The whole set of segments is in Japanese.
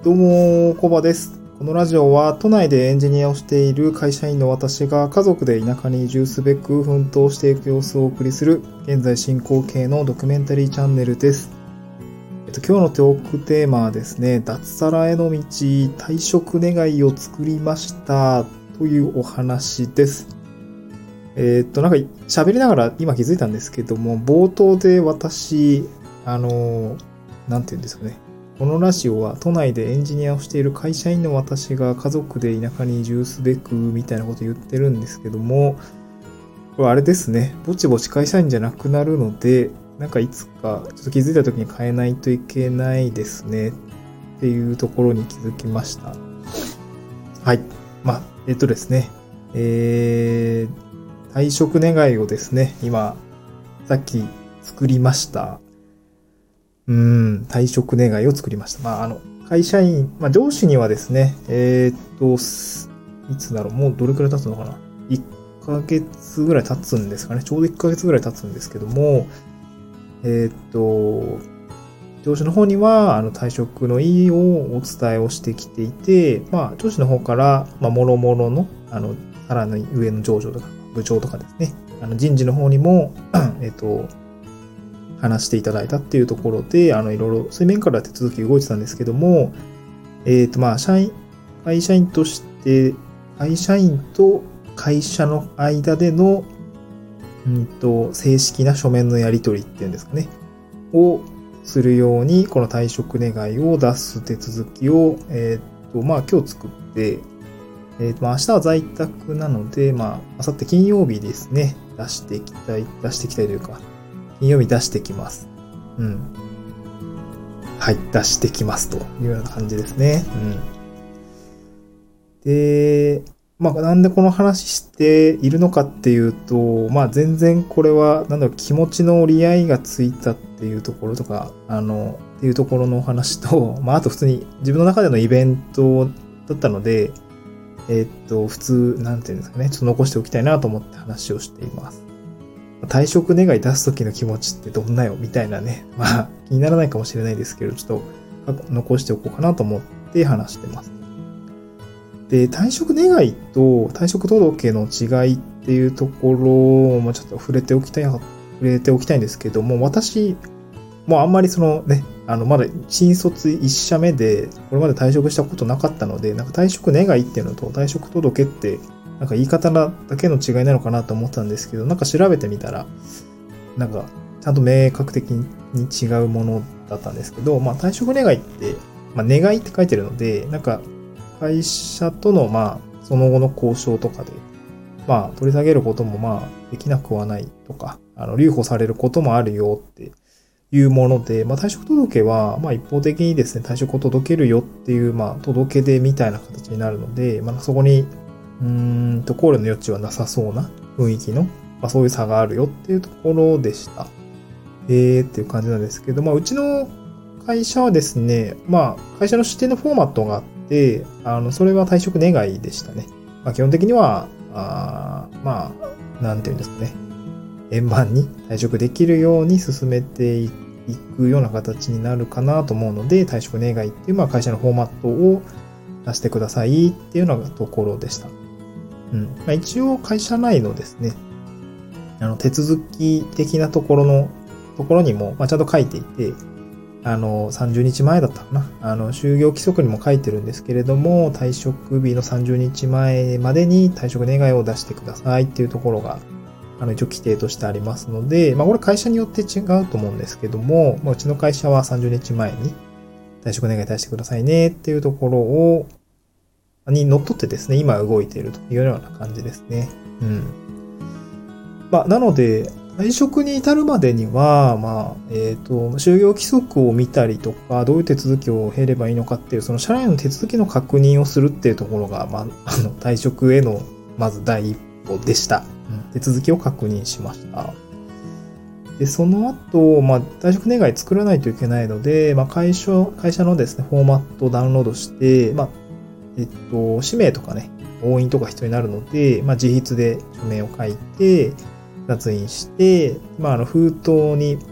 どうも、コバです。このラジオは都内でエンジニアをしている会社員の私が家族で田舎に移住すべく奮闘していく様子をお送りする現在進行形のドキュメンタリーチャンネルです。今日のトークテーマはですね、脱サラへの道、退職願を作りましたというお話です。なんか喋りながら今気づいたんですけども、冒頭で私、なんて言うんですかね。このラジオは都内でエンジニアをしている会社員の私が家族で田舎に移住すべくみたいなこと言ってるんですけども、これあれですね。ぼちぼち会社員じゃなくなるので、なんかいつかちょっと気づいた時に変えないといけないですねっていうところに気づきました。はい。ですね。退職願いをですね、今、さっき作りました。退職願いを作りました。会社員、上司にはですね、いつだろう、もうどれくらい経つのかな ?1 ヶ月ぐらい経つんですかね。ちょうど1ヶ月ぐらい経つんですけども、上司の方には、退職の意をお伝えをしてきていて、上司の方から、もろもろの、さらに上の上場とか、部長とかですね、人事の方にも、話していただいたっていうところで、いろいろ水面から手続き動いてたんですけども、会社員として、会社員と会社の間での、正式な書面のやり取りっていうんですかね、するように、この退職願いを出す手続きを、今日作って、明日は在宅なので、明後日金曜日ですね、出していきたいというか、金曜日出してきます。はい、出してきますというような感じですね。で、なんでこの話しているのかっていうと、全然これは、気持ちの折り合いがついたっていうところとか、っていうところのお話と、あと普通に自分の中でのイベントだったので、普通、なんていうんですかね、ちょっと残しておきたいなと思って話をしています。退職願い出すときの気持ちってどんなよみたいなね。気にならないかもしれないですけど、ちょっと残しておこうかなと思って話してます。で、退職願いと退職届の違いっていうところもちょっと触れておきたいんですけども、私、もうあんまりまだ新卒1社目で、これまで退職したことなかったので、退職願いっていうのと退職届って言い方だけの違いなのかなと思ったんですけど、調べてみたら、ちゃんと明確的に違うものだったんですけど、退職願いって、願いって書いてるので、会社との、その後の交渉とかで、取り下げることも、できなくはないとか、留保されることもあるよっていうもので、退職届は、一方的にですね、退職を届けるよっていう、届け出みたいな形になるので、そこに、考慮の余地はなさそうな雰囲気の、そういう差があるよっていうところでした。っていう感じなんですけど、うちの会社はですね、会社の指定のフォーマットがあって、それは退職願いでしたね。基本的には、なんていうんですかね。円満に退職できるように進めていくような形になるかなと思うので、退職願いっていう、会社のフォーマットを出してくださいっていうのがところでした。一応会社内のですね、手続き的なところにも、ちゃんと書いていて、30日前だったかな。就業規則にも書いてるんですけれども、退職日の30日前までに退職願いを出してくださいっていうところが、一応規定としてありますので、これ会社によって違うと思うんですけども、うちの会社は30日前に退職願い出してくださいねっていうところにのっとってですね、今動いているというような感じですね。なので、退職に至るまでには、就業規則を見たりとか、どういう手続きを経ればいいのかっていう、その社内の手続きの確認をするっていうところが、退職への、まず第一歩でした。手続きを確認しました。で、その後、退職願い作らないといけないので、会社のですね、フォーマットをダウンロードして、氏名とかね、押印とか必要になるので、自筆で署名を書いて、捺印して、封筒に、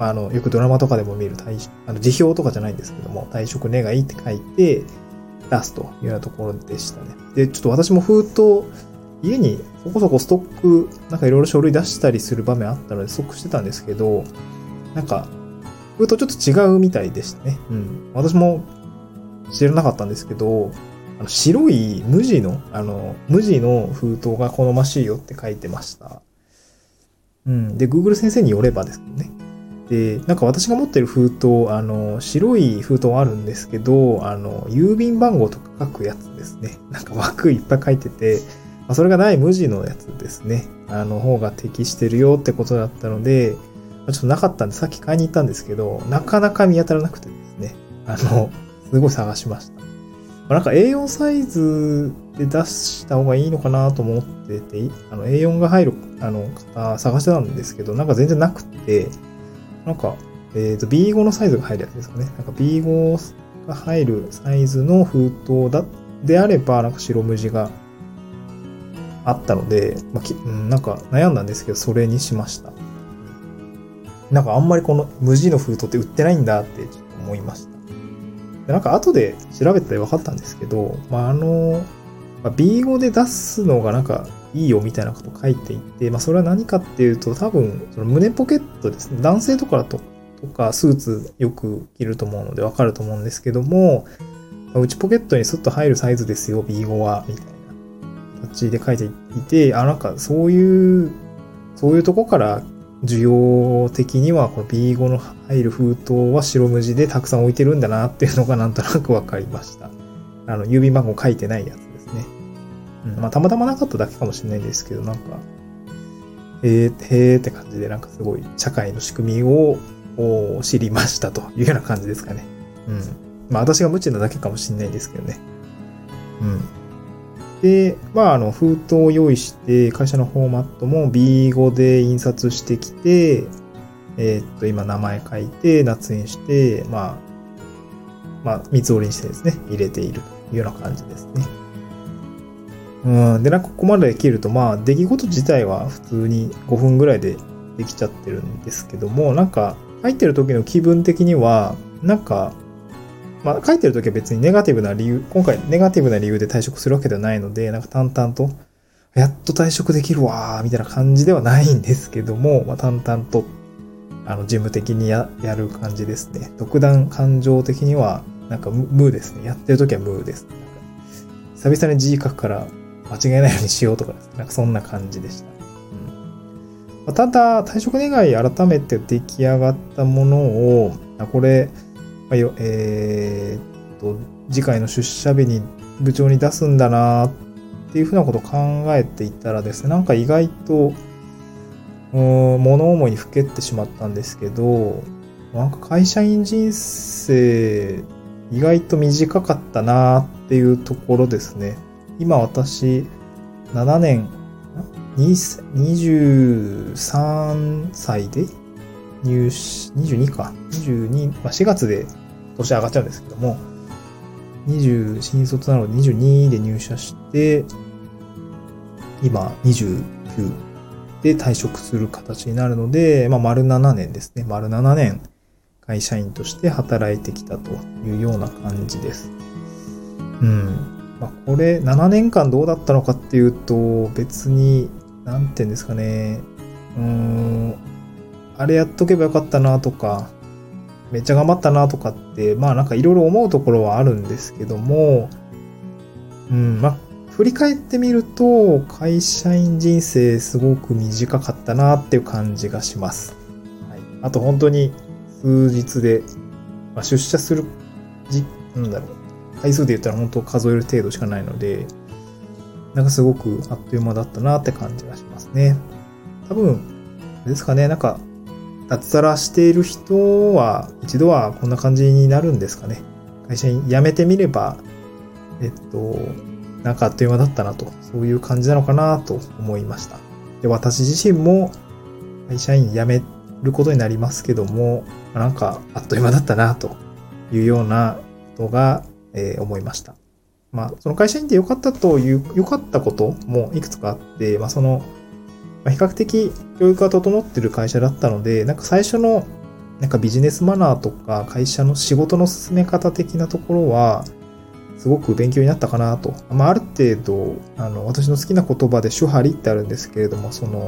よくドラマとかでも見る辞表とかじゃないんですけども、退職願って書いて出すというようなところでしたね。で、ちょっと私も封筒、家にそこそこストック、なんかいろいろ書類出したりする場面あったのでストックしてたんですけど、なんか、封筒ちょっと違うみたいでしたね。私も知らなかったんですけど、白い無地の封筒が好ましいよって書いてました。で、Google 先生によればですけどね。で、なんか私が持ってる封筒、白い封筒あるんですけど、郵便番号とか書くやつですね。なんか枠いっぱい書いてて、それがない無地のやつですね。方が適してるよってことだったので、ちょっとなかったんで、さっき買いに行ったんですけど、なかなか見当たらなくてですね。すごい探しました。なんか A4 サイズで出した方がいいのかなと思ってて、A4 が入る、方探してたんですけど、なんか全然なくて、なんか、B5 のサイズが入るやつですかね。なんか B5 が入るサイズの封筒であれば、なんか白無地があったので、なんか悩んだんですけど、それにしました。なんかあんまりこの無地の封筒って売ってないんだってちょっと思いました。でなんか後で調べて分かったんですけど、B5 で出すのがなんかいいよみたいなこと書いていて、それは何かっていうと多分その胸ポケットですね。男性とかとかスーツよく着ると思うので分かると思うんですけども、内ポケットにスッと入るサイズですよ、B5 は、みたいな形で書いていて、なんかそういうとこから需要的にはこの B5 の入る封筒は白無地でたくさん置いてるんだなっていうのがなんとなくわかりました。郵便番号書いてないやつですね。たまたまなかっただけかもしれないですけど、なんか、へーって感じでなんかすごい社会の仕組みを知りましたというような感じですかね。私が無知なだけかもしれないですけどね。で、封筒を用意して、会社のフォーマットも B5 で印刷してきて、今名前書いて、捺印して、三つ折りにしてですね、入れているというような感じですね。で、なんかここまで切ると、出来事自体は普通に5分ぐらいでできちゃってるんですけども、なんか、書いてる時の気分的には、なんか、書いてる時は別に今回ネガティブな理由で退職するわけではないので、なんか淡々と、やっと退職できるわー、みたいな感じではないんですけども、淡々と、事務的にやる感じですね。特段感情的には、なんか無ですね。やってる時は無ですね。久々に字書くから間違えないようにしようとかですね。なんかそんな感じでした。ただ、退職願改めて出来上がったものを、これ、次回の出社日に部長に出すんだなっていうふうなことを考えていたらですね、なんか意外と、物思いにふけってしまったんですけど、なんか会社員人生、意外と短かったなっていうところですね。今私、7年、23歳で22か。22、4月で年上がっちゃうんですけども、新卒なので22で入社して、今29で退職する形になるので、丸7年ですね。丸7年会社員として働いてきたというような感じです。これ7年間どうだったのかっていうと、別に、なんていうんですかね、あれやっとけばよかったなとか、めっちゃ頑張ったなとかって、なんかいろいろ思うところはあるんですけども、振り返ってみると、会社員人生すごく短かったなっていう感じがします。はい、あと本当に数日で、出社する回数で言ったら本当数える程度しかないので、なんかすごくあっという間だったなって感じがしますね。多分、ですかね、なんか、脱サラしている人は一度はこんな感じになるんですかね。会社員辞めてみれば、なんかあっという間だったなと、そういう感じなのかなと思いました。で、私自身も会社員辞めることになりますけども、なんかあっという間だったなというようなことが、思いました。その会社員で良かったこともいくつかあって、比較的教育が整っている会社だったので、なんか最初のなんかビジネスマナーとか会社の仕事の進め方的なところは、すごく勉強になったかなと。ある程度、私の好きな言葉で手張りってあるんですけれども、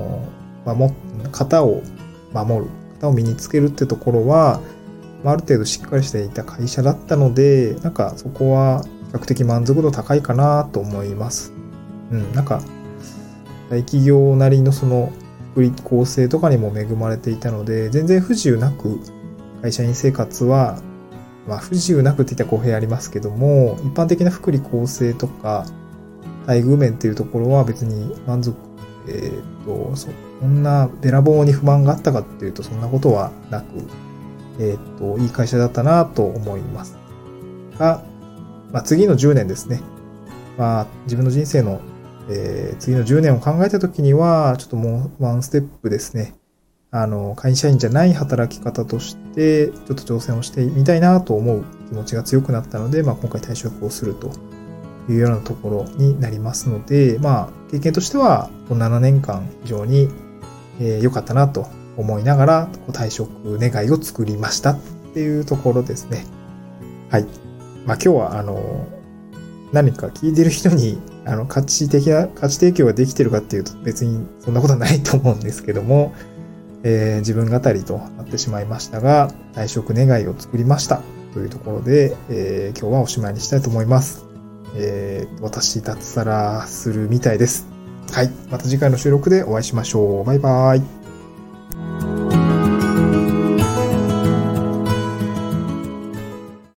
型を守る、型を身につけるってところは、ある程度しっかりしていた会社だったので、なんかそこは比較的満足度高いかなと思います。なんか、大企業なりの福利厚生とかにも恵まれていたので、全然不自由なく会社員生活は、不自由なくって言ったら語弊ありますけども、一般的な福利厚生とか待遇面っていうところは別に満足、そんなべらぼうに不満があったかっていうとそんなことはなく、いい会社だったなと思いますが、次の10年ですね。自分の人生の、次の10年を考えたときには、ちょっともうワンステップですね。会社員じゃない働き方として、ちょっと挑戦をしてみたいなと思う気持ちが強くなったので、今回退職をするというようなところになりますので、経験としては、7年間非常に良かったなと思いながら、退職願いを作りましたっていうところですね。はい。今日は、何か聞いてる人に、価値提供ができてるかっていうと別にそんなことはないと思うんですけども、自分語りとなってしまいましたが、退職願いを作りましたというところで、今日はおしまいにしたいと思います。私脱サラするみたいです。はい。また次回の収録でお会いしましょう。バイバイ。